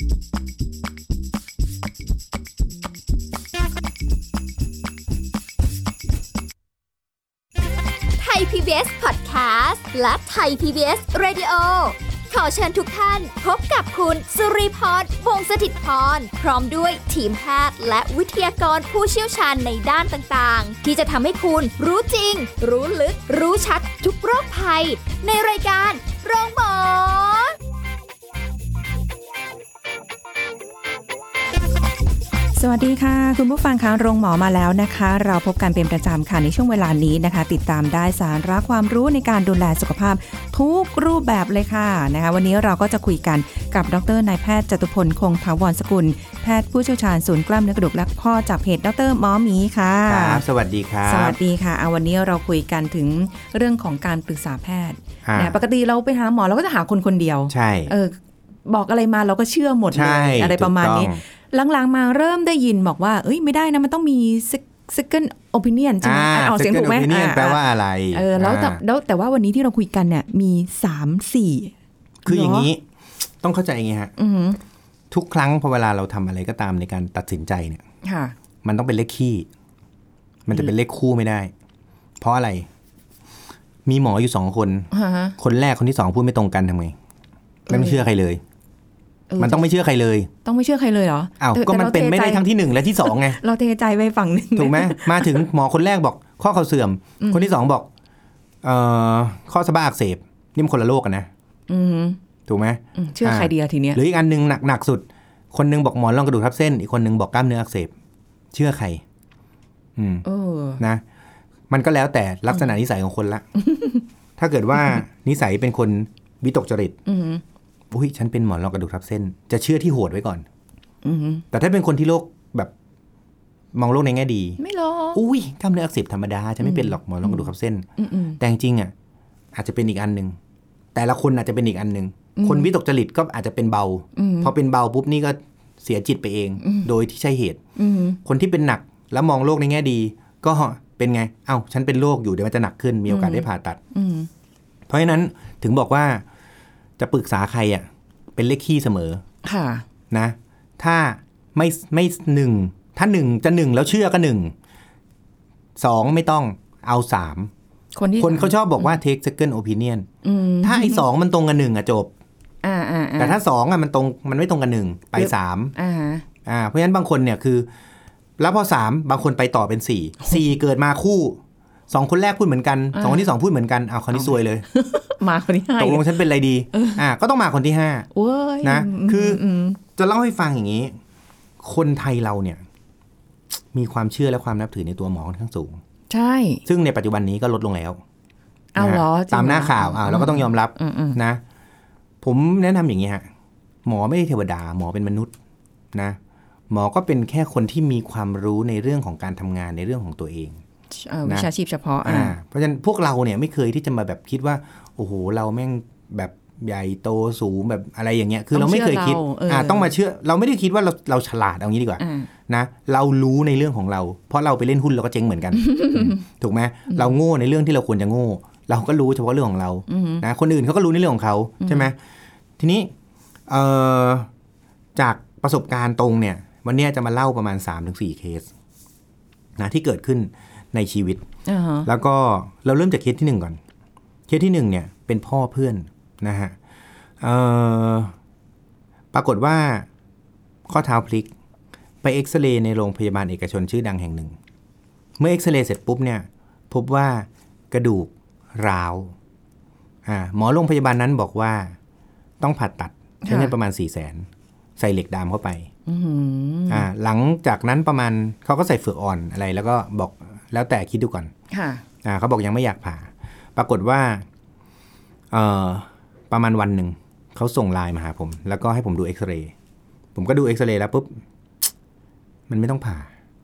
ไทย PBS Podcast และไทย PBS Radio ขอเชิญทุกท่านพบกับคุณสุริพร วงศ์สถิตย์พรพร้อมด้วยทีมแพทย์และวิทยากรผู้เชี่ยวชาญในด้านต่างๆที่จะทำให้คุณรู้จริงรู้ลึกรู้ชัดทุกโรคภัยในรายการโรงหมอสวัสดีค่ะคุณผู้ฟังคะโรงหมอมาแล้วนะคะเราพบกันเป็นประจำค่ะในช่วงเวลานี้นะคะติดตามได้สาระความรู้ในการดูแลสุขภาพทุกรูปแบบเลยค่ะนะคะวันนี้เราก็จะคุยกันกับดร.นายแพทย์จตุพลคงถาวรสกุลแพทย์ผู้เชี่ยวชาญศูนย์กล้ามเนื้อกระดูกและข้อจากเพจดร.หมอหมีค่ะครับสวัสดีครับสวัสดีค่ะวันนี้เราคุยกันถึงเรื่องของการปรึกษาแพทย์ปกติเราไปหาหมอเราก็จะหาคนคนเดียวใช่บอกอะไรมาเราก็เชื่อหมดเลยอะไรประมาณนี้หลังๆมาเริ่มได้ยินบอกว่าเอ้ยไม่ได้นะมันต้องมี second opinion ใช่ไหมเอาเสียงถูกไหม second opinion แปลว่าอะไรแล้วแต่ว่าวันนี้ที่เราคุยกันเนี่ยมี 3-4 คืออย่างนี้ต้องเข้าใจไงฮะทุกครั้งพอเวลาเราทำอะไรก็ตามในการตัดสินใจเนี่ยมันต้องเป็นเลขคี่มันจะเป็นเลขคู่ไม่ได้เพราะอะไรมีหมออยู่2คนคนแรกคนที่2พูดไม่ตรงกันทำไงไม่เชื่อใครเลยมันต้องไม่เชื่อใครเลยต้องไม่เชื่อใครเลยเหรออ้าวก็มันเป็นไม่ได้ทั้งที่1และที่2ไงเราเทใจไปฝั่งนึงถูกไหมมาถึงหมอคนแรกบอกข้อเข่าเสื่อมคนที่2บอกข้อสะบ้าอักเสบนี่มันคนละโรคกันนะถูกไหมเชื่อใครดีทีเนี้ยหรืออีกอันนึงหนักสุดคนนึงบอกหมอนรองกระดูกทับเส้นอีกคนนึงบอกกล้ามเนื้ออักเสบเชื่อใครนะมันก็แล้วแต่ลักษณะนิสัยของคนละถ้าเกิดว่านิสัยเป็นคนวิตกจริตอุ้ยฉันเป็นหมอนรองกระดูกทับเส้นจะเชื่อที่โหดไว้ก่อนแต่ถ้าเป็นคนที่โรคแบบมองโลกในแง่ดีไม่หรอกอุ้ยกล้ามเนื้ออักเสบธรรมดาจะไม่เป็นหรอกหมอนรองกระดูกทับเส้นแต่จริงๆอ่ะอาจจะเป็นอีกอันนึงแต่ละคนอาจจะเป็นอีกอันนึงคนวิตกจริตก็อาจจะเป็นเบาพอเป็นเบาปุ๊บนี่ก็เสียจิตไปเองโดยที่ใช่เหตุคนที่เป็นหนักแล้วมองโลกในแง่ดีก็เป็นไงเอ้าฉันเป็นโรคอยู่เดี๋ยวมันจะหนักขึ้นมีโอกาสได้ผ่าตัดเพราะฉะนั้นถึงบอกว่าจะปรึกษาใครอ่ะเป็นเลขคี่เสมอค่ะนะถ้าไม่1ถ้า1จะ1แล้วเชื่อก็1 2ไม่ต้องเอา3คนเขาชอบบอกว่า take second opinion ถ้าไอ้2มันตรงกับ1อ่ะจบแต่ถ้า2อ่ะมันไม่ตรงกับ1ไป3เพราะฉะนั้นบางคนเนี่ยคือแล้วพอ3บางคนไปต่อเป็น4เกิดมาคู่2คนแรกพูดเหมือนกัน2คนที่2พูดเหมือนกันเอาคนนี้ซวยเลยมาคนที่5 ตกลงฉันเป็นอะไรดีก็ต้องมาคนที่5นะคือจะเล่าให้ฟังอย่างนี้คนไทยเราเนี่ยมีความเชื่อและความนับถือในตัวหมอค่อนข้างสูงใช่ซึ่งในปัจจุบันนี้ก็ลดลงแล้วเอาเหรอตามหน้าข่าวเราก็ต้องยอมรับนะผมแนะนำอย่างนี้ฮะหมอไม่ได้เทวดาหมอเป็นมนุษย์นะหมอก็เป็นแค่คนที่มีความรู้ในเรื่องของการทำงานในเรื่องของตัวเองวิชาชีพเฉพาะเพราะฉะนั้นพวกเราเนี่ยไม่เคยที่จะมาแบบคิดว่าโอ้โหเราแม่งแบบใหญ่โตสูงแบบอะไรอย่างเงี้ยคือเราไม่เคยคิดต้องมาเชื่อเราไม่ได้คิดว่าเราฉลาดเอางี้ดีกว่านะเรารู้ในเรื่องของเราเพราะเราไปเล่นหุ้นเราก็เจ๊งเหมือนกันถูกไหมเราโง่ในเรื่องที่เราควรจะโง่เราก็รู้เฉพาะเรื่องของเรานะคนอื่นเขาก็รู้ในเรื่องของเขาใช่ไหมทีนี้จากประสบการณ์ตรงเนี่ยวันนี้จะมาเล่าประมาณ 3-4 เคสนะที่เกิดขึ้นในชีวิตแล้วก็เราเริ่มจากเคสที่1ก่อนเคสที่1เนี่ยเป็นพ่อเพื่อนนะฮะปรากฏว่าข้อเท้าพลิกไปเอ็กซเรย์ในโรงพยาบาลเอกชนชื่อดังแห่งหนึ่งเมื่อเอ็กซเรย์เสร็จปุ๊บเนี่ยพบว่ากระดูกร้าวหมอโรงพยาบาลนั้นบอกว่าต้องผ่าตัดใช้เงินประมาณ 400,000 ใส่เหล็กดามเข้าไปหลังจากนั้นประมาณเขาก็ใส่เฟือกอ่อนอะไรแล้วก็บอกแล้วแต่คิดดูก่อนเขาบอกยังไม่อยากผ่าปรากฏว่าประมาณวันหนึ่งเขาส่งไลน์มาหาผมแล้วก็ให้ผมดูเอ็กซเรย์ผมก็ดูเอ็กซเรย์แล้วปุ๊บมันไม่ต้องผ่า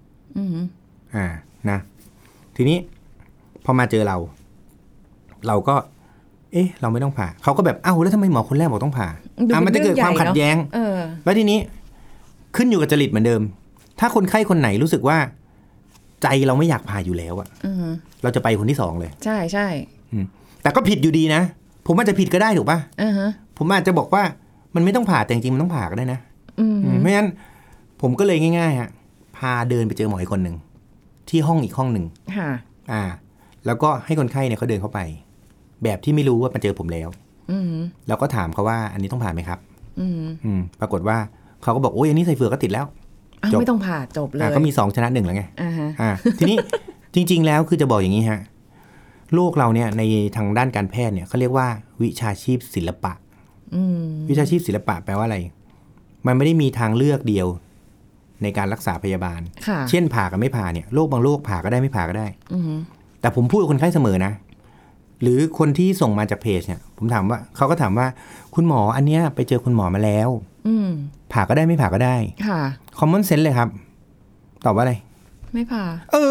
นะทีนี้พอมาเจอเราก็เราไม่ต้องผ่าเขาก็แบบแล้วทำไมหมอคนแรกบอกต้องผ่ามันจะเกิดความขัดแย้งแล้วทีนี้ขึ้นอยู่กับจริตเหมือนเดิมถ้าคนไข้คนไหนรู้สึกว่าใจเราไม่อยากผ่าอยู่แล้วอะเราจะไปคนที่2เลยใช่ใช่แต่ก็ผิดอยู่ดีนะผมอาจจะผิดก็ได้ถูกป่ะผมอาจจะบอกว่ามันไม่ต้องผ่าแต่จริงๆมันต้องผ่าก็ได้นะเพราะฉะนั้นผมก็เลยง่ายๆฮะพาเดินไปเจอหมออีกคนหนึ่งที่ห้องอีกห้องหนึ่งแล้วก็ให้คนไข้เนี่ยเขาเดินเข้าไปแบบที่ไม่รู้ว่ามาเจอผมแล้วแล้วก็ถามเขาว่าอันนี้ต้องผ่าไหมครับปรากฏว่าเขาก็บอกโอ้ยอันนี้ใส่เฟือกก็ติดแล้วไม่ต้องผ่าจบเลยก็มี2ชนะ1แล้วไงทีนี้จริงๆแล้วคือจะบอกอย่างนี้ฮะโลกเราเนี่ยในทางด้านการแพทย์เนี่ยเขาเรียกว่าวิชาชีพศิลปะวิชาชีพศิลปะแปลว่าอะไรมันไม่ได้มีทางเลือกเดียวในการรักษาพยาบาลเช่นผ่ากับไม่ผ่าเนี่ยโรคบางโรคผ่าก็ได้ไม่ผ่าก็ได้แต่ผมพูดกับคนไข้เสมอนะหรือคนที่ส่งมาจากเพจเนี่ยผมถามว่าเขาก็ถามว่าคุณหมออันเนี้ยไปเจอคุณหมอมาแล้วผ่าก็ได้ไม่ผ่าก็ได้คอมมอนเซนส์เลยครับตอบว่าอะไรไม่ผ่า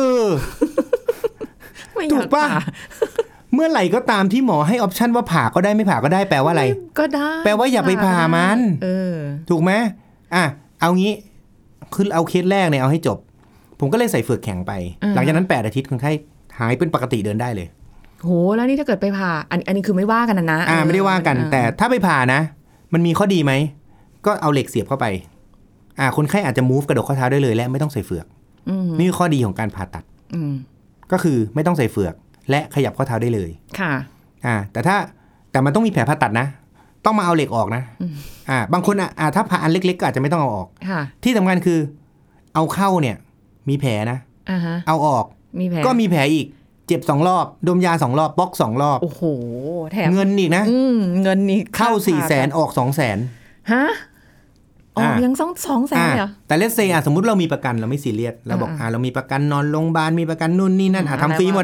ถูกป่ะเมื่อไหร่ก็ตามที่หมอให้ออปชันว่าผ่าก็ได้ไม่ผ่าก็ได้แปลว่าอะไรก็ได้แปลว่าอย่าไปผ่ามันถูกไหมเอางี้คือเอาเคสแรกเนี่ยเอาให้จบผมก็เลยใส่เฟือกแข็งไปหลังจากนั้น8 อาทิตย์คนไข้หายเป็นปกติเดินได้เลยโหแล้วนี่ถ้าเกิดไปผ่าอันนี้คือไม่ว่ากันนะไม่ได้ว่ากันแต่ถ้าไปผ่านะมันมีข้อดีไหมก็เอาเหล็กเสียบเข้าไปคนไข้อาจจะ move กระดกข้อเท้าได้เลยและไม่ต้องใส่เฟือกนี่ข้อดีของการผ่าตัดก็คือไม่ต้องใส่เฟือกและขยับข้อเท้าได้เลยค่ะแต่มันต้องมีแผลผ่าตัดนะต้องมาเอาเหล็กออกนะบางคนถ้าผ่าอันเล็กๆก็อาจจะไม่ต้องเอาออกที่สำคัญคือเอาเข้าเนี่ยมีแผลนะเอาออกก็มีแผลอีกเจ็บ2 รอบดมยา2 รอบบล็อก2 รอบโอ้โหแถมเงินอีกนะเงินนี่เข้า 400,000 ออก 200,000 ฮะออกยัง200,000เหรอแต่เลทเซสมมุติเรามีประกันเราไม่ซีเรียสเราบอกเรามีประกันนอนโรงพยาบาลมีประกันนู่นนี่นั่นทำฟรีหมด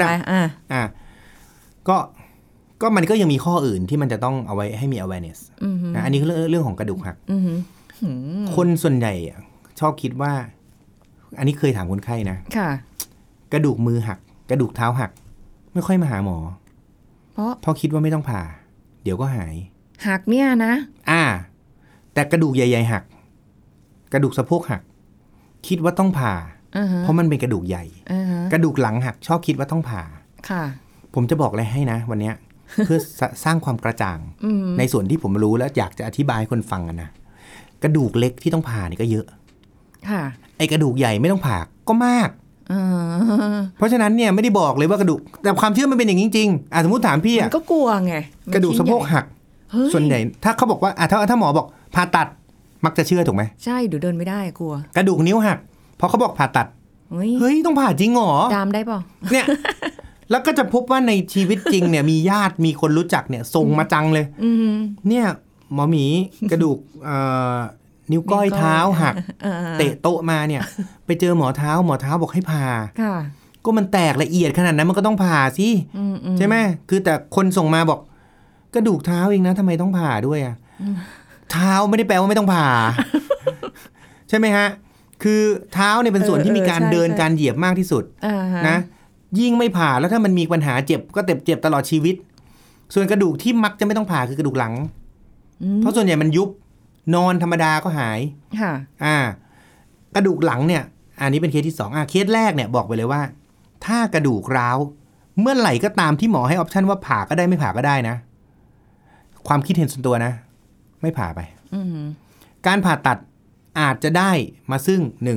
ก็มันก็ยังมีข้ออื่นที่มันจะต้องเอาไว้ให้มี awareness อันนี้คือเรื่องของกระดูกหักคนส่วนใหญ่ชอบคิดว่าอันนี้เคยถามคนไข้นะกระดูกมือหักกระดูกเท้าหักไม่ค่อยมาหาหมอเพราะคิดว่าไม่ต้องผ่าเดี๋ยวก็หายหักเนี่ยนะแต่กระดูกใหญ่ๆหักกระดูกสะโพกหักคิดว่าต้องผ่าเพราะมันเป็นกระดูกใหญ่กระดูกหลังหักชอบคิดว่าต้องผ่าผมจะบอกอะไรให้นะวันนี้ เพื่อสร้างความกระจ่างในส่วนที่ผมรู้แล้วอยากจะอธิบายให้คนฟังกันนะกระดูกเล็กที่ต้องผ่านี่ก็เยอะไอ้กระดูกใหญ่ไม่ต้องผ่าก็มากเพราะฉะนั้นเนี่ยไม่ได้บอกเลยว่ากระดูกแต่ความเชื่อมันเป็นอย่างจริงๆสมมติถามพี่มันก็กลัวไงกระดูกสะโพกหักส่วนใหญ่ถ้าเขาบอกว่าถ้าหมอบอกผ่าตัดมักจะเชื่อถูกไหมใช่เดินไม่ได้กลัวกระดูกนิ้วหักพอเขาบอกผ่าตัดเฮ้ยต้องผ่าจริงเหรอดามได้ป่ะเนี่ยแล้วก็จะพบว่าในชีวิตจริงเนี่ยมีญาติมีคนรู้จักเนี่ยส่งมาจังเลยเนี่ยหมอหมีกระดูกนิ้วก้อยเท้าหักเตะโต๊ะมาเนี่ยไปเจอหมอเท้าบอกให้ผ่าก็มันแตกละเอียดขนาดนั้นมันก็ต้องผ่าสิใช่ไหมคือแต่คนส่งมาบอกกระดูกเท้าเองนะทำไมต้องผ่าด้วยเท้าไม่ได้แปลว่าไม่ต้องผ่าใช่ไหมฮะคือเท้าเนี่ยเป็นส่วนที่มีการเดินการเหยียบมากที่สุดนะยิ่งไม่ผ่าแล้วถ้ามันมีปัญหาเจ็บก็เจ็บตลอดชีวิตส่วนกระดูกที่มักจะไม่ต้องผ่าคือกระดูกหลังเพราะส่วนใหญ่มันยุบนอนธรรมดาก็หายกระดูกหลังเนี่ยอันนี้เป็นเคสที่2เคสแรกเนี่ยบอกไปเลยว่าถ้ากระดูกร้าวเมื่อไหร่ก็ตามที่หมอให้ออปชันว่าผ่าก็ได้ไม่ผ่าก็ได้นะความคิดเห็นส่วนตัวนะไม่ผ่าไปการผ่าตัดอาจจะได้มาซึ่ง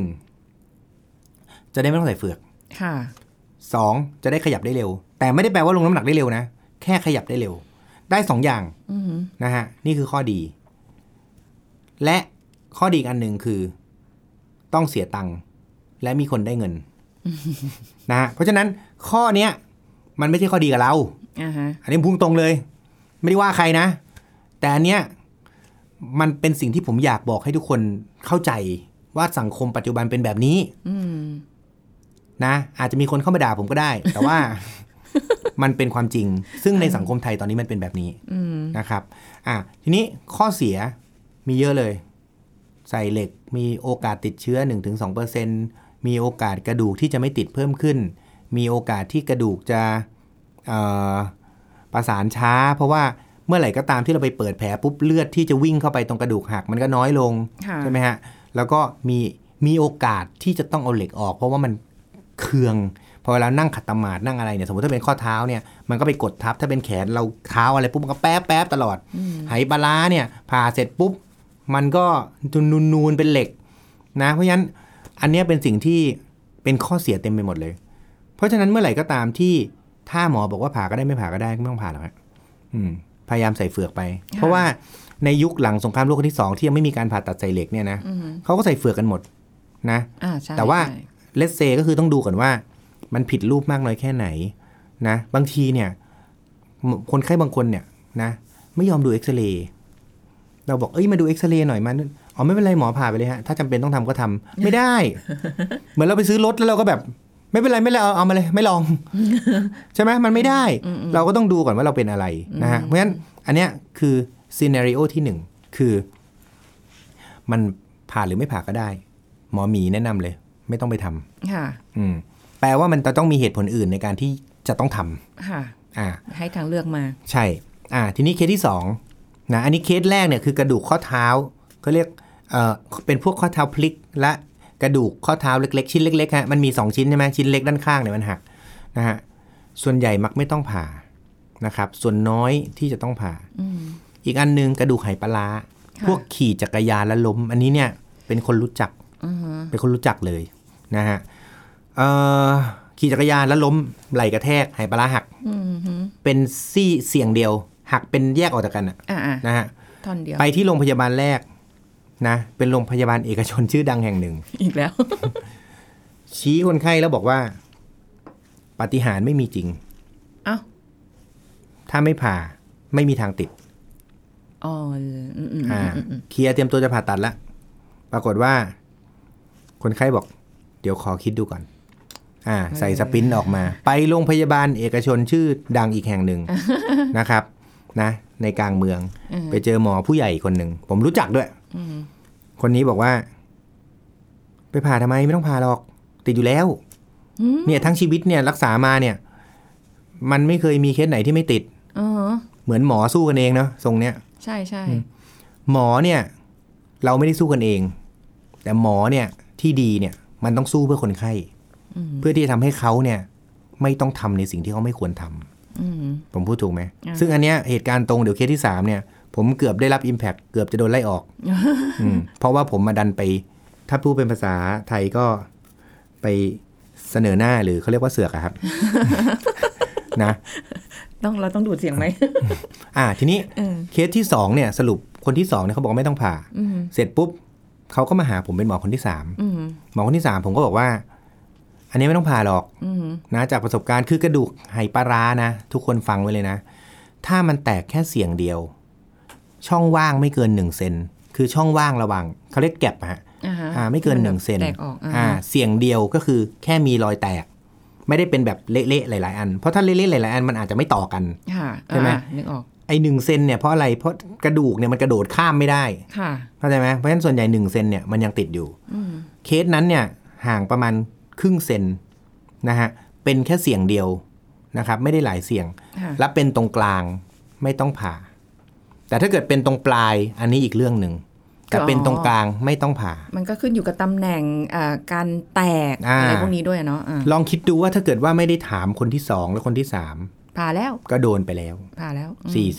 1จะได้ไม่ต้องใส่เฟือก2จะได้ขยับได้เร็วแต่ไม่ได้แปลว่าลงน้ำหนักได้เร็วนะแค่ขยับได้เร็วได้2 อย่างนะฮะนี่คือข้อดีและข้อดีอีกอันหนึ่งคือต้องเสียตังค์และมีคนได้เงินนะเพราะฉะนั้นข้อเนี้ยมันไม่ใช่ข้อดีกับเราอันนี้พุ่งตรงเลยไม่ได้ว่าใครนะแต่อันเนี้ยมันเป็นสิ่งที่ผมอยากบอกให้ทุกคนเข้าใจว่าสังคมปัจจุบันเป็นแบบนี้นะอาจจะมีคนเข้ามาด่าผมก็ได้แต่ว่ามันเป็นความจริงซึ่งในสังคมไทยตอนนี้มันเป็นแบบนี้นะครับทีนี้ข้อเสียมีเยอะเลยใส่เหล็กมีโอกาสติดเชื้อ 1-2% มีโอกาสกระดูกที่จะไม่ติดเพิ่มขึ้นมีโอกาสที่กระดูกจะประสานช้าเพราะว่าเมื่อไหร่ก็ตามที่เราไปเปิดแผลปุ๊บเลือดที่จะวิ่งเข้าไปตรงกระดูกหักมันก็น้อยลงใช่ไหมฮะแล้วก็มีโอกาสที่จะต้องเอาเหล็กออกเพราะว่ามันเคืองพอเวลานั่งขัดตมาดนั่งอะไรเนี่ยสมมติถ้าเป็นข้อเท้าเนี่ยมันก็ไปกดทับถ้าเป็นแขนเราเท้าอะไรปุ๊บมันก็แป๊บตลอดไหปลาร้าเนี่ยผ่าเสร็จปุ๊บมันก็นูนๆเป็นเหล็กนะเพราะฉะนั้นอันนี้เป็นสิ่งที่เป็นข้อเสียเต็มไปหมดเลยเพราะฉะนั้นเมื่อไหร่ก็ตามที่ถ้าหมอบอกว่าผ่าก็ได้ไม่ผ่าก็ได้ไม่ต้องผ่าหรอกครับพยายามใส่เฟือกไปเพราะว่าในยุคหลังสงครามโลกครั้งที่2ที่ยังไม่มีการผ่าตัดใส่เหล็กเนี่ยนะเขาก็ใส่เฟือกกันหมดนะแต่ว่าเลสเซก็คือต้องดูก่อนว่ามันผิดรูปมากน้อยแค่ไหนนะบางทีเนี่ยคนไข้บางคนเนี่ยนะไม่ยอมดูเอ็กซเรย์เราบอกมาดูเอ็กซเรย์หน่อยมันไม่เป็นไรหมอผ่าไปเลยฮะถ้าจำเป็นต้องทำก็ทำไม่ได้ เหมือนเราไปซื้อรถแล้วเราก็แบบไม่เป็นไรเอามาเลยไม่ลอง ใช่ไหมมันไม่ได้เราก็ต้องดูก่อนว่าเราเป็นอะไรนะฮะเพราะฉะนั้นอันเนี้ยคือซีนาริโอที่1คือมันผ่าหรือไม่ผ่าก็ได้หมอหมีแนะนำเลยไม่ต้องไปทำค่ะแปลว่ามันจะต้องมีเหตุผลอื่นในการที่จะต้องทำค่ะให้ทางเลือกมาใช่ทีนี้เคสที่2นะอันนี้เคสแรกเนี่ยคือกระดูกข้อเท้าเขาเรียกเป็นพวกข้อเท้าพลิกและกระดูกข้อเท้าเล็กๆชิ้นเล็กๆฮะมันมี2ชิ้นใช่ไหมชิ้นเล็กด้านข้างเนี่ยมันหักนะฮะส่วนใหญ่มักไม่ต้องผ่านะครับส่วนน้อยที่จะต้องผ่าอีกอันนึงกระดูกไหปลาร้าพวกขี่จักรยานแล้วล้มอันนี้เนี่ยเป็นคนรู้จักเป็นคนรู้จักเลยนะฮะขี่จักรยานแล้วล้มไหล่กระแทกไหปลาร้าหักเป็นซี่เสียงเดียวหักเป็นแยกออกจากกันนะฮะท่อนเดียวไปที่โรงพยาบาลแรกนะเป็นโรงพยาบาลเอกชนชื่อดังแห่งหนึ่งอีกแล้วชี้คนไข้แล้วบอกว่าปาฏิหาริย์ไม่มีจริงถ้าไม่ผ่าไม่มีทางติดเคลียร์เตรียมตัวจะผ่าตัดละปรากฏว่าคนไข้บอกเดี๋ยวขอคิดดูก่อนใส่สปรินต์ออกมาไปโรงพยาบาลเอกชนชื่อดังอีกแห่งหนึ่ง นะครับนะในกลางเมืองไปเจอหมอผู้ใหญ่คนหนึ่งผมรู้จักด้วยคนนี้บอกว่าไปผ่าทำไมไม่ต้องผ่าหรอกติดอยู่แล้วเนี่ยทั้งชีวิตเนี่ยรักษามาเนี่ยมันไม่เคยมีเคสไหนที่ไม่ติดเหมือนหมอสู้กันเองเนาะทรงเนี้ยใช่ใช่หมอเนี่ยเราไม่ได้สู้กันเองแต่หมอเนี่ยที่ดีเนี่ยมันต้องสู้เพื่อคนไข้เพื่อที่จะทำให้เขาเนี่ยไม่ต้องทำในสิ่งที่เขาไม่ควรทำผมพูดถูกไหมซึ่งอันเนี้ยเหตุการณ์ตรงเดี๋ยวเคสที่3เนี่ยผมเกือบได้รับ impact เกือบจะโดนไล่ออก เพราะว่าผมมาดันไปถ้าพูดเป็นภาษาไทยก็ไปเสนอหน้าหรือเขาเรียกว่าเสือกครับ นะเราต้องดูดเสียงไหมทีนี้เคสที่2เนี่ยสรุปคนที่2เนี่ยเขาบอกไม่ต้องผ่าเสร็จปุ๊บเขาก็มาหาผมเป็นหมอคนที่3หมอคนที่3ผมก็บอกว่าอันนี้ไม่ต้องผ่าหรอกนะจากประสบการณ์คือกระดูกไหปลาร้านะทุกคนฟังไว้เลยนะถ้ามันแตกแค่เสียงเดียวช่องว่างไม่เกิน1เซนคือช่องว่างระหว่างเขาเรียกแก็บฮะไม่เกิน1เซนเสียงเดียวก็คือแค่มีรอยแตกไม่ได้เป็นแบบเละๆหลายๆอันเพราะถ้าเละๆหลายๆอันมันอาจจะไม่ต่อกันใช่ไหมนึกออกไอ้1เซนเนี่ยเพราะอะไรเพราะกระดูกเนี่ยมันกระโดดข้ามไม่ได้เข้าใจไหมเพราะฉะนั้นส่วนใหญ่1เซนเนี่ยมันยังติดอยู่เคสนั้นเนี่ยห่างประมาณครึ่งเซนนะฮะเป็นแค่เสียงเดียวนะครับไม่ได้หลายเสียงและเป็นตรงกลางไม่ต้องผ่าแต่ถ้าเกิดเป็นตรงปลายอันนี้อีกเรื่องหนึ่งแต่เป็นตรงกลางไม่ต้องผ่ามันก็ขึ้นอยู่กับตำแหน่งการแตกอะไรพวกนี้ด้วยเนาะลองคิดดูว่าถ้าเกิดว่าไม่ได้ถามคนที่2และคนที่3 ผ่าแล้วก็โดนไปแล้วผ่าแล้ว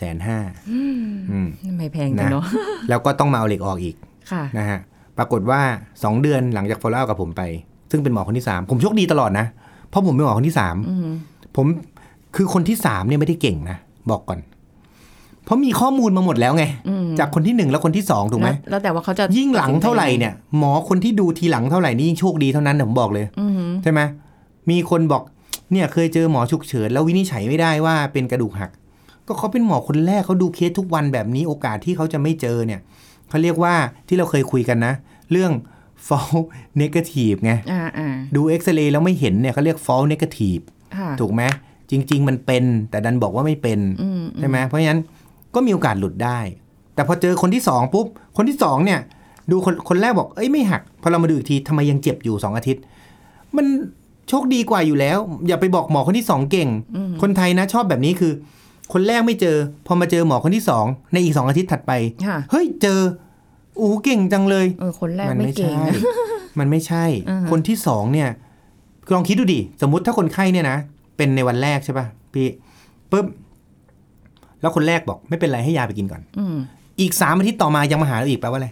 450,000 ไม่แพงจังเนาะแล้วก็ต้องมาเอาเหล็กออกอีกนะฮะปรากฏว่า2เดือนหลังจาก follow up กับผมไปซึ่งเป็นหมอคนที่3ผมโชคดีตลอดนะเพราะผมเป็นหมอคนที่3ผมคือคนที่3เนี่ยไม่ได้เก่งนะบอกก่อนเพราะมีข้อมูลมาหมดแล้วไงจากคนที่1และคนที่2ถูกไหมแล้วแต่ว่าเขาจะยิ่งหลังเท่าไหร่เนี่ยหมอคนที่ดูทีหลังเท่าไหร่นี่ยิ่งโชคดีเท่านั้นผมบอกเลยใช่ไหมมีคนบอกเนี่ยเคยเจอหมอฉุกเฉินแล้ววินิจฉัยไม่ได้ว่าเป็นกระดูกหักก็เขาเป็นหมอคนแรกเขาดูเคสทุกวันแบบนี้โอกาสที่เขาจะไม่เจอเนี่ยเขาเรียกว่าที่เราเคยคุยกันนะเรื่อง false negative ไงดูเอ็กซเรย์แล้วไม่เห็นเนี่ยเขาเรียก false negative ถูกไหมจริงๆมันเป็นแต่ดันบอกว่าไม่เป็นใช่ไหมเพราะฉะนั้นก็มีโอกาสหลุดได้แต่พอเจอคนที่2ปุ๊บคนที่2เนี่ยดูคนแรกบอกเอ้ยไม่หักพอเรามาดูอีกทีทำไมยังเจ็บอยู่2อาทิตย์มันโชคดีกว่าอยู่แล้วอย่าไปบอกหมอคนที่2เก่งคนไทยนะชอบแบบนี้คือคนแรกไม่เจอพอมาเจอหมอคนที่2ในอีก2อาทิตย์ถัดไปเฮ้ยเจอเก่งจังเลยคนแรกไม่เก่งมันไม่ใช่คนที่2เนี่ยลองคิดดูดิสมมุติถ้าคนไข้เนี่ยนะเป็นในวันแรกใช่ป่ะพี่ปุ๊บแล้วคนแรกบอกไม่เป็นไรให้ยาไปกินก่อนอีก3อาทิตย์ต่อมายังมาหาเราอีกแปลว่าอะไร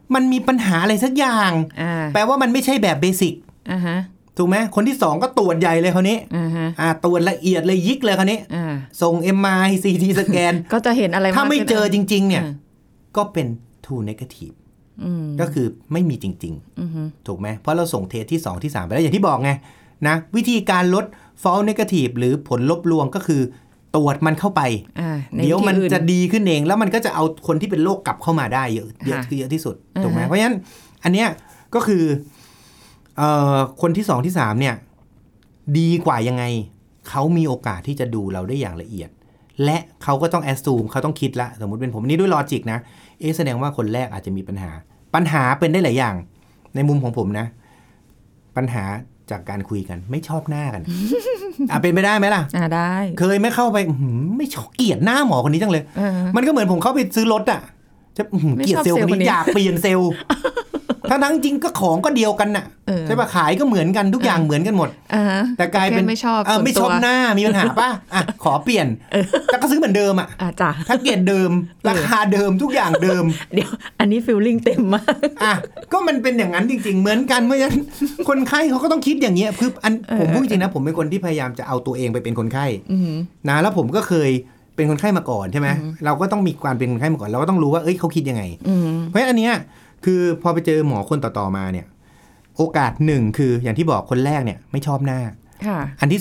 มันมีปัญหาอะไรสักอย่างแปลว่ามันไม่ใช่แบบเบสิกถูกไหมคนที่2ก็ตรวจใหญ่เลยคราวนี้ตรวจละเอียดเลยยิกเลยคราวนี้ส่ง MRI CT สแกนก็จะเห็นอะไรถ้าไม่เจอจริงๆเนี่ยก็เป็น true negative ก็คือไม่มีจริงๆถูกไหมเพราะเราส่งเทสที่2ที่3ไปแล้วอย่างที่บอกไงนะวิธีการลด false negative หรือผลลบลวงก็คือตรวจมันเข้าไปเดี๋ยวมันจะดีขึ้นเองแล้วมันก็จะเอาคนที่เป็นโรคกลับเข้ามาได้เยอะที่สุดถูกไหมเพราะฉะนั้นอันเนี้ยก็คือคนที่2ที่3เนี่ยดีกว่ายังไงเขามีโอกาสที่จะดูเราได้อย่างละเอียดและเขาก็ต้องแอสซูมเขาต้องคิดละสมมุติเป็นผมนี่ด้วยลอจิกนะแสดงว่าคนแรกอาจจะมีปัญหาเป็นได้หลายอย่างในมุมของผมนะปัญหาจากการคุยกันไม่ชอบหน้ากัน เป็นไปได้ไหมล่ะได้เคยไม่เข้าไปไม่ชอบเกลียดหน้าหมอคนนี้จังเลยมันก็เหมือนผมเข้าไปซื้อรถอ่ะจะเกลียดเซลล์คนนี้อยากเปลี่ยนเซลล์ทั้งจริงก็ของก็เดียวกันน่ะใช่ป่ะขายก็เหมือนกันทุกอย่างเหมือนกันหมดแต่กลายเป็นไม่ชอบหน้ามีปัญหาป่ะขอเปลี่ยนแต่ก็ซื้อเหมือนเดิมอ่ะถ้าเกลียดเดิมราคาเดิมทุกอย่างเดิมเดี๋ยวอันนี้ฟีลลิ่งเต็มมากก็มันเป็นอย่างนั้นจริงๆเหมือนกันเพราะฉะนั้นคนไข้เขาก็ต้องคิดอย่างเงี้ยคือผมพูดจริงนะผมเป็นคนที่พยายามจะเอาตัวเองไปเป็นคนไข้นะแล้วผมก็เคยเป็นคนไข้มาก่อนใช่ไหมเราก็ต้องมีการเป็นคนไข้มาก่อนเราก็ต้องรู้ว่าเขาคิดยังไงเพราะฉะนั้นอันเนี้ยคือพอไปเจอหมอคนต่อๆมาเนี่ยโอกาส1คืออย่างที่บอกคนแรกเนี่ยไม่ชอบหน้าอันที่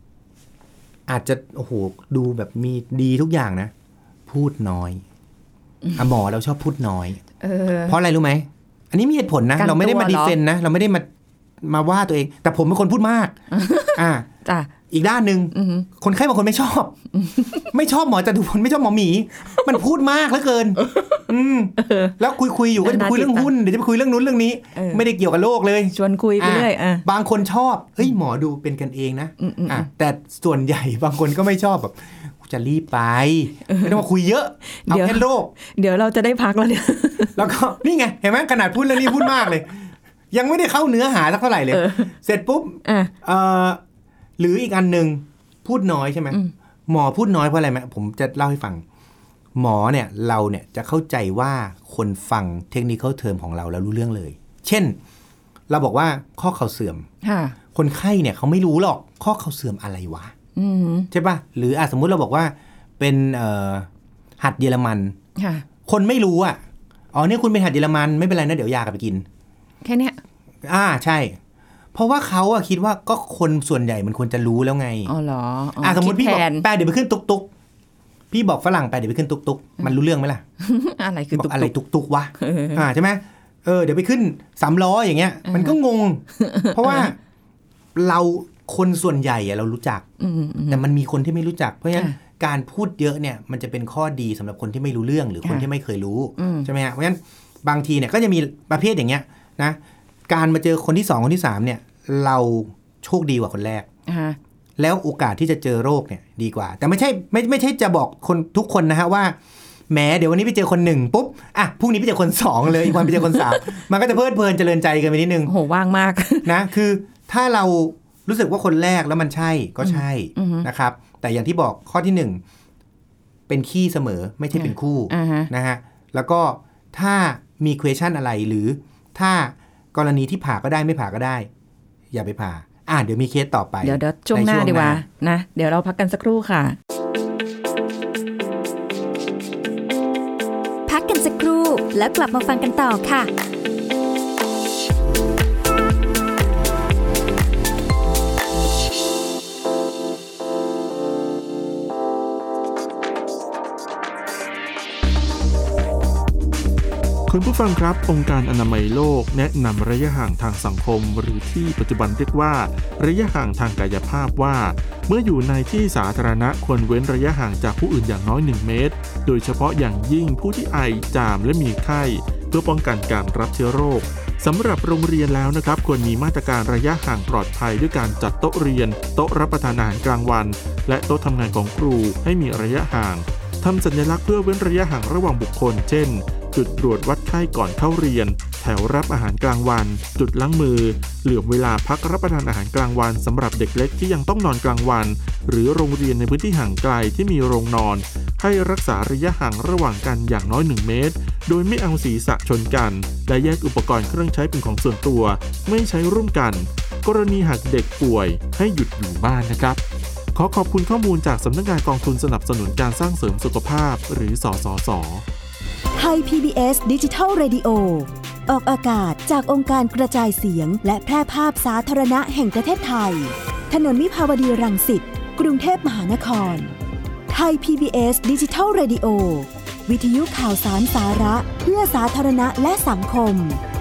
2อาจจะโอ้โหดูแบบมีดีทุกอย่างนะพูดน้อยหมอเราชอบพูดน้อยเพราะอะไรรู้ไหมอันนี้มีเหตุผลนะเราไม่ได้มาดีเฟนต์นะเราไม่ได้มาว่าตัวเองแต่ผมเป็นคนพูดมากจ้ะอีกด้านนึงคนไข้บางคนไม่ชอบไม่ชอบหมอจตุพลไม่ชอบหมอหมีมันพูดมากเหลือเกินแล้วคุยอยู่ก็จะคุยเรื่องหุ้นเดี๋ยวจะไปคุยเรื่องนู้นเรื่องนี้ไม่ได้เกี่ยวกับโลกเลยชวนคุยไปเรื่อยบางคนชอบหมอดูเป็นกันเองนะแต่ส่วนใหญ่บางคนก็ไม่ชอบแบบจะรีบไปไม่ต้องมาคุยเยอะเอาแค่โรคเดี๋ยวเราจะได้พักแล้วเนี่ยแล้วก็นี่ไงเห็นไหมขนาดพูดเรื่องนี้พูดมากเลยยังไม่ได้เข้าเนื้อหาสักเท่าไหร่เลยเสร็จปุ๊บหรืออีกอันนึงพูดน้อยใช่ไหมหมอพูดน้อยเพราะอะไรไหมผมจะเล่าให้ฟังหมอเนี่ยเราเนี่ยจะเข้าใจว่าคนฟังเทคนิคเทอมของเราแล้วรู้เรื่องเลยเช่นเราบอกว่าข้อเข่าเสื่อมคนไข้เนี่ยเขาไม่รู้หรอกข้อเข่าเสื่อมอะไรวะใช่ป่ะหรือสมมุติเราบอกว่าเป็นหัดเยอรมันคนไม่รู้เนี่ยคุณเป็นหัดเยอรมันไม่เป็นไรนะเดี๋ยวยากลับไปกินแค่เนี้ยใช่เพราะว่าเขาคิดว่าก็คนส่วนใหญ่มันควรจะรู้แล้วไงเหรอสมมติพี่บอกแปเดี๋ยวไปขึ้นตุกพี่บอกฝรั่งไปเดี๋ยวไปขึ้นตุกมันรู้เรื่องไหมล่ะอะไรคือตุกอะไรตุกวะใช่ไหมเดี๋ยวไปขึ้น3ล้ออย่างเงี้ยมันก็งงเพราะว่าเราคนส่วนใหญ่เรารู้จักแต่มันมีคนที่ไม่รู้จักเพราะฉะนั้นการพูดเยอะเนี่ยมันจะเป็นข้อดีสำหรับคนที่ไม่รู้เรื่องหรือคนที่ไม่เคยรู้ใช่ไหมฮะเพราะฉะนั้นบางทีเนี่ยก็จะมีประเภทอย่างเงี้ยนะการมาเจอคนที่2คนที่3เนี่ยเราโชคดีกว่าคนแรกแล้วโอกาสที่จะเจอโรคเนี่ยดีกว่าแต่ไม่ใช่จะบอกคนทุกคนนะฮะว่าแหมเดี๋ยววันนี้ไปเจอคน1ปุ๊บพรุ่งนี้ไปเจอคน2เลยอีกวันไปเจอคน3มันก็จะเพลิดเพลินเจริญใจกันไปนิดนึงโหว่างมากนะคือถ้าเรารู้สึกว่าคนแรกแล้วมันใช่ก็ใช่นะครับแต่อย่างที่บอกข้อที่1เป็นขี้เสมอไม่ใช่เป็นคู่นะฮะแล้วก็ถ้ามี question อะไรหรือถ้ากรณีที่ผ่าก็ได้ไม่ผ่าก็ได้อย่าไปผ่าเดี๋ยวมีเคสต่อไปเดี๋ยวช่วงหน้าดีกว่านะเดี๋ยวเราพักกันสักครู่ค่ะพักกันสักครู่แล้วกลับมาฟังกันต่อค่ะคุณผู้ฟังครับองค์การอนามัยโลกแนะนำระยะห่างทางสังคมหรือที่ปัจจุบันเรียกว่าระยะห่างทางกายภาพว่าเมื่ออยู่ในที่สาธารณะควรเว้นระยะห่างจากผู้อื่นอย่างน้อย1 เมตรโดยเฉพาะอย่างยิ่งผู้ที่ไอจามและมีไข้เพื่อป้องกันการรับเชื้อโรคสำหรับโรงเรียนแล้วนะครับควรมีมาตรการระยะห่างปลอดภัยด้วยการจัดโต๊ะเรียนโต๊ะรับประทานอาหารกลางวันและโต๊ะทำงานของครูให้มีระยะห่างทำสัญลักษณ์เพื่อเว้นระยะห่างระหว่างบุคคลเช่นจุดตรวจวัดไข้ก่อนเข้าเรียนแถวรับอาหารกลางวันจุดล้างมือเหลื่อมเวลาพักรับประทานอาหารกลางวันสำหรับเด็กเล็กที่ยังต้องนอนกลางวันหรือโรงเรียนในพื้นที่ห่างไกลที่มีโรงนอนให้รักษาระยะห่างระหว่างกันอย่างน้อย1 เมตรโดยไม่เอาศีรษะชนกันและแยกอุปกรณ์เครื่องใช้เป็นของส่วนตัวไม่ใช้ร่วมกันกรณีหากเด็กป่วยให้หยุดอยู่บ้านนะครับขอขอบคุณข้อมูลจากสำนักงานกองทุนสนับสนุนการสร้างเสริมสุขภาพหรือสสส. ไทย PBS Digital Radio ออกอากาศจากองค์การกระจายเสียงและแพร่ภาพสาธารณะแห่งประเทศไทยถนนวิภาวดีรังสิตกรุงเทพมหานครไทย PBS Digital Radio วิทยุข่าวสารสาระเพื่อสาธารณะและสังคม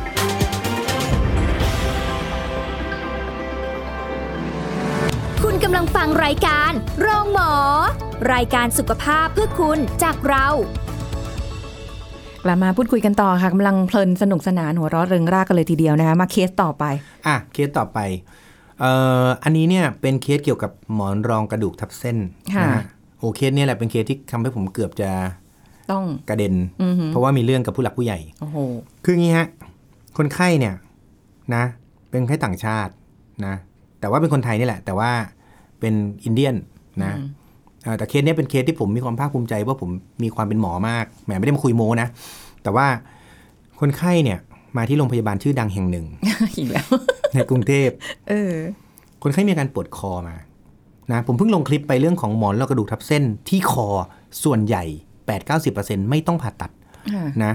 คุณกำลังฟังรายการโรงหมอรายการสุขภาพเพื่อคุณจากเรากลับมาพูดคุยกันต่อค่ะกำลังเพลินสนุกสนานหัวเราะเริงร่ากันเลยทีเดียวนะคะมาเคสต่อไปเคสต่อไปอันนี้เนี่ยเป็นเคสเกี่ยวกับหมอนรองกระดูกทับเส้นนะโอเคสเนี่ยแหละเป็นเคสที่ทำให้ผมเกือบจะต้องกระเด็นเพราะว่ามีเรื่องกับผู้หลักผู้ใหญ่คืองี้ฮะคนไข้เนี่ยนะเป็นคนไข้ต่างชาตินะแต่ว่าเป็นคนไทยนี่แหละแต่ว่าเป็นอินเดียนนะแต่เคสนี้เป็นเคสที่ผมมีความภาคภูมิใจว่าผมมีความเป็นหมอมากแหมไม่ได้มาคุยโม้นะแต่ว่าคนไข้เนี่ยมาที่โรงพยาบาลชื่อดังแห่งหนึ่งอีกแล้วในกรุงเทพคนไข้มีอาการปวดคอมานะผมเพิ่งลงคลิปไปเรื่องของหมอนรองกระดูกทับเส้นที่คอส่วนใหญ่ 8-90% ไม่ต้องผ่าตัดนะ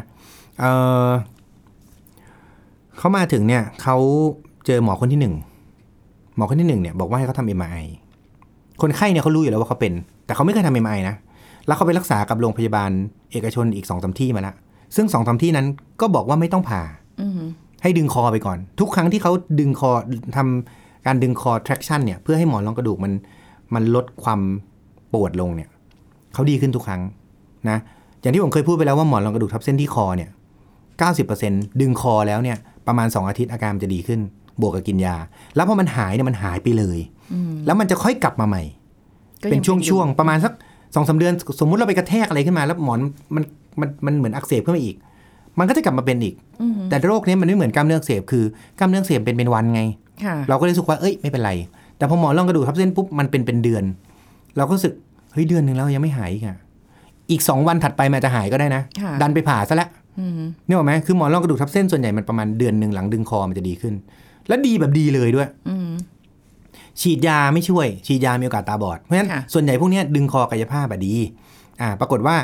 เขามาถึงเนี่ยเขาเจอหมอคนที่1หมอคนที่1เนี่ยบอกว่าให้เขาทำ MRI คนไข้เนี่ยเขารู้อยู่แล้วว่าเขาเป็นแต่เขาไม่เคยทำ MRI นะแล้วเขาไปรักษากับโรงพยาบาลเอกชนอีก 2-3 ที่มาแล้วซึ่ง 2-3 ที่นั้นก็บอกว่าไม่ต้องผ่าให้ดึงคอไปก่อนทุกครั้งที่เขาดึงคอทำการดึงคอ traction เนี่ยเพื่อให้หมอนรองกระดูกมันลดความปวดลงเนี่ยเขาดีขึ้นทุกครั้งนะอย่างที่ผมเคยพูดไปแล้วว่าหมอนรองกระดูกทับเส้นที่คอเนี่ย 90% ดึงคอแล้วเนี่ยประมาณ2 อาทิตย์อาการจะดีขึ้นบวกกับกินยาแล้วพอมันหายเนี่ยมันหายไปเลยแล้วมันจะค่อยกลับมาใหม่เป็นช่วงๆประมาณสัก 2-3 เดือนสมมุติเราไปกระแทกอะไรขึ้นมาแล้วหมอนมันเหมือนอักเสบขึ้นมาอีกมันก็จะกลับมาเป็นอีกแต่โรคนี้มันไม่เหมือนกล้ามเนื้ออักเสบคือกล้ามเนื้ออักเสบเป็นวันไงเราก็เลยรู้สึกว่าไม่เป็นไรแต่พอหมอนรองกระดูกทับเส้นปุ๊บมันเป็นเดือนเราก็รู้สึกเฮ้ยเดือนนึงแล้วยังไม่หายอีก2 วันถัดไปมันจะหายก็ได้นะดันไปผ่าซะแล้วนี่หรอไหมคือหมอนรองกระดูกทับเส้นส่วนใหญ่มันประมาณเดือนนึงหลังดึงคอมันจะดีขึ้นและดีแบบดีเลยด้วยฉีดยาไม่ช่วยฉีดยามีโอกาสตาบอดเพราะฉะนั้นส่วนใหญ่พวกนี้ดึงคอกายภาพดีปรากฏว่า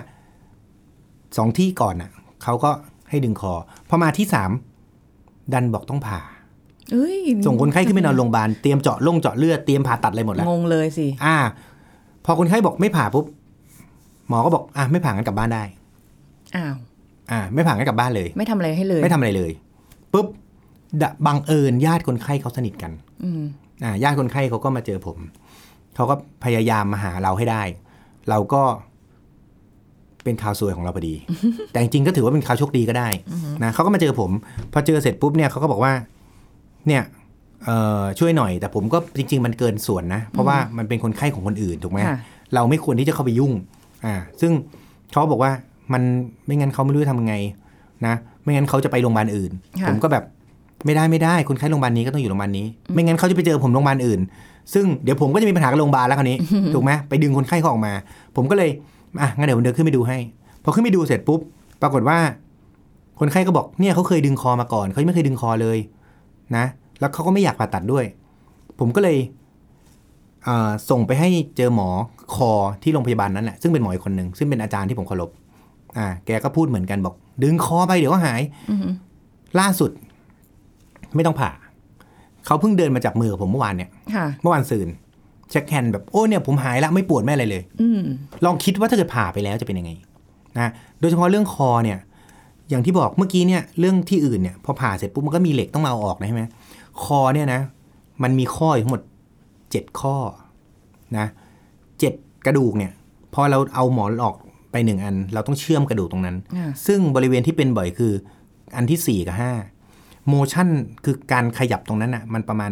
2 ที่ก่อนเขาก็ให้ดึงคอพอมาที่3ดันบอกต้องผ่าส่งคนไข้ขึ้นไปนอนโรงพยาบาลเตรียมเจาะเลือดเตรียมผ่าตัดอะไรหมดแล้วงงเลยสิพอคนไข้บอกไม่ผ่าปุ๊บหมอก็บอกไม่ผ่างั้นกลับบ้านได้ไม่ผ่างั้นกลับบ้านเลยไม่ทำอะไรให้เลยไม่ทำอะไรเลยปุ๊บบังเอิญญาติคนไข้เขาสนิทกันญาติคนไข้เขาก็มาเจอผมเขาก็พยายามมาหาเราให้ได้เราก็เป็นข่าวซวยของเราพอดี แต่จริงๆก็ถือว่าเป็นข่าวโชคดีก็ได้นะเขาก็มาเจอผมพอเจอเสร็จปุ๊บเนี่ยเขาก็บอกว่าเนี่ยช่วยหน่อยแต่ผมก็จริงๆมันเกินส่วนนะเพราะว่ามันเป็นคนไข้ของคนอื่นถูกไหมเราไม่ควรที่จะเข้าไปยุ่งซึ่งเขาบอกว่ามันไม่งั้นเขาไม่รู้จะทำไงนะไม่งั้นเขาจะไปโรงพยาบาลอื่นผมก็แบบไม่ได้คนไข้โรงพยาบาลนี้ก็ต้องอยู่โรงพยาบาลนี้ไม่งั้นเขาจะไปเจอผมโรงพยาบาลอื่นซึ่งเดี๋ยวผมก็จะมีปัญหากับโรงพยาบาลแล้วคราวนี้ ถูกไหมไปดึงคนไข้เขาออกมาผมก็เลยงั้นเดี๋ยวผมเดินขึ้นไปดูให้พอขึ้นไปดูเสร็จปุ๊บปรากฏว่าคนไข้ก็บอกเนี่ยเขาเคยดึงคอมาก่อนเขาไม่เคยดึงคอเลยนะแล้วเขาก็ไม่อยากผ่าตัดด้วยผมก็เลยส่งไปให้เจอหมอคอที่โรงพยาบาลนั้นแหละซึ่งเป็นหมออีกคนนึงซึ่งเป็นอาจารย์ที่ผมเคารพแกก็พูดเหมือนกันบอกดึงคอไปเดี๋ยวก็หายล่าสุดไม่ต้องผ่าเขาเพิ่งเดินมาจับมือกับผมเมื่อวานเนี่ยเมื่อวานซืนเช็คแฮนด์แบบโอ้เนี่ยผมหายแล้วไม่ปวดไม่อะไรเลยลองคิดว่าถ้าเกิดผ่าไปแล้วจะเป็นยังไงนะโดยเฉพาะเรื่องคอเนี่ยอย่างที่บอกเมื่อกี้เนี่ยเรื่องที่อื่นเนี่ยพอผ่าเสร็จปุ๊บมันก็มีเหล็กต้องมาเอาออกนะใช่ไหมคอเนี่ยนะมันมีข้ออยู่ทั้งหมด7 ข้อนะ7 กระดูกเนี่ยพอเราเอาหมอนออกไป1 อันเราต้องเชื่อมกระดูกตรงนั้นซึ่งบริเวณที่เป็นบ่อยคืออันที่4 กับ 5โมชั่นคือการขยับตรงนั้นมันประมาณ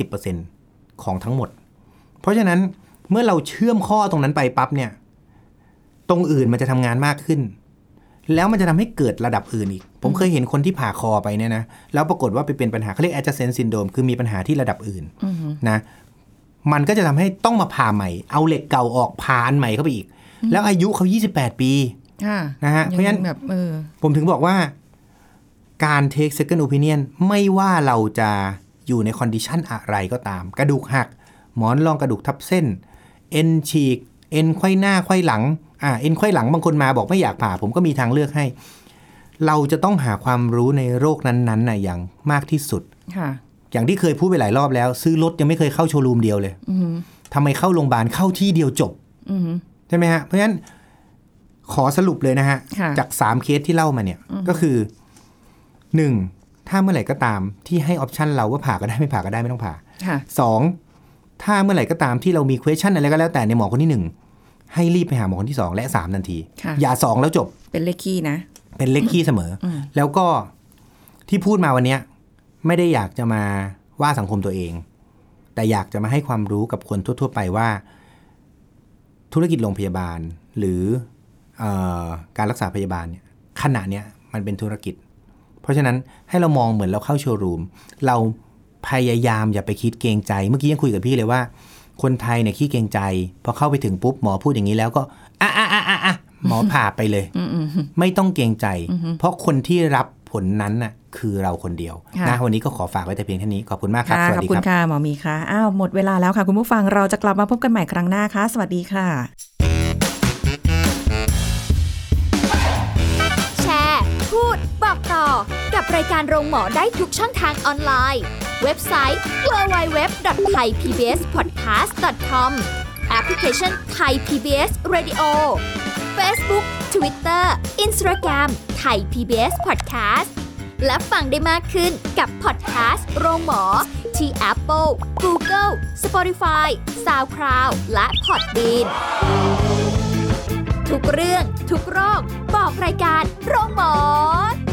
50% ของทั้งหมดเพราะฉะนั้นเมื่อเราเชื่อมข้อตรงนั้นไปปั๊บเนี่ยตรงอื่นมันจะทำงานมากขึ้นแล้วมันจะทำให้เกิดระดับอื่นอีกผมเคยเห็นคนที่ผ่าคอไปเนี่ยนะแล้วปรากฏว่าไปเป็นปัญหาเขาเรียก adjacent syndrome คือมีปัญหาที่ระดับอื่นนะมันก็จะทำให้ต้องมาผ่าใหม่เอาเหล็กเก่าออกผ่าอันใหม่เข้าไปอีกแล้วอายุเขา28 ปีนะฮะเพราะฉะนั้นผมถึงบอกว่าการ take second opinion ไม่ว่าเราจะอยู่ในคอนดิชันอะไรก็ตามกระดูกหักหมอนรองกระดูกทับเส้นเอ็นฉีกเอ็นไขว้หน้าไขว้หลังเอ็นไขว้หลังบางคนมาบอกไม่อยากผ่าผมก็มีทางเลือกให้เราจะต้องหาความรู้ในโรคนั้นๆอย่างมากที่สุดอย่างที่เคยพูดไปหลายรอบแล้วซื้อรถยังไม่เคยเข้าโชว์รูมเดียวเลยทำไมเข้าโรงพยาบาลเข้าที่เดียวจบใช่ไหมฮะเพราะฉะนั้นขอสรุปเลยนะฮะจาก3เคสที่เล่ามาเนี่ยก็คือ1ถ้าเมื่อไหร่ก็ตามที่ให้ออปชันเราว่าผ่าก็ได้ไม่ผ่าก็ได้ไม่ต้องผ่า2ถ้าเมื่อไหร่ก็ตามที่เรามี question อะไรก็แล้วแต่ในหมอคนที่1ให้รีบไปหาหมอคนที่2และ3ทันทีอย่า2แล้วจบเป็นเลขคี่นะเป็นเลขคี่เสมอแล้วก็ที่พูดมาวันนี้ไม่ได้อยากจะมาว่าสังคมตัวเองแต่อยากจะมาให้ความรู้กับคนทั่วๆไปว่าธุรกิจโรงพยาบาลหรือการรักษาพยาบาลเนี่ยขณะเนี้ยมันเป็นธุรกิจเพราะฉะนั้นให้เรามองเหมือนเราเข้าโชว์รูมเราพยายามอย่าไปคิดเกรงใจเมื่อกี้ยังคุยกับพี่เลยว่าคนไทยเนี่ยขี้เกรงใจพอเข้าไปถึงปุ๊บหมอพูดอย่างนี้แล้วก็หมอผ่าไปเลยไม่ต้องเกรงใจเพราะคนที่รับผลนั้นน่ะคือเราคนเดียวนะวันนี้ก็ขอฝากไว้แต่เพียงเท่านี้ขอบคุณมากครับสวัสดีครับขอบคุณค่ะหมอมีค่ะหมดเวลาแล้วค่ะคุณผู้ฟังเราจะกลับมาพบกันใหม่ครั้งหน้าค่ะสวัสดีค่ะแชร์พูดบอกต่อกับรายการโรงหมอได้ทุกช่องทางออนไลน์เว็บไซต์ www.thaipbspodcast.com แอปพลิเคชัน Thai PBS Radio Facebook Twitter Instagram Thai PBS Podcast และฟังได้มากขึ้นกับพอดแคสต์โรงหมอที่ Apple, Google, Spotify, SoundCloud และ Podbean ทุกเรื่องทุกโรคบอกรายการโรงหมอ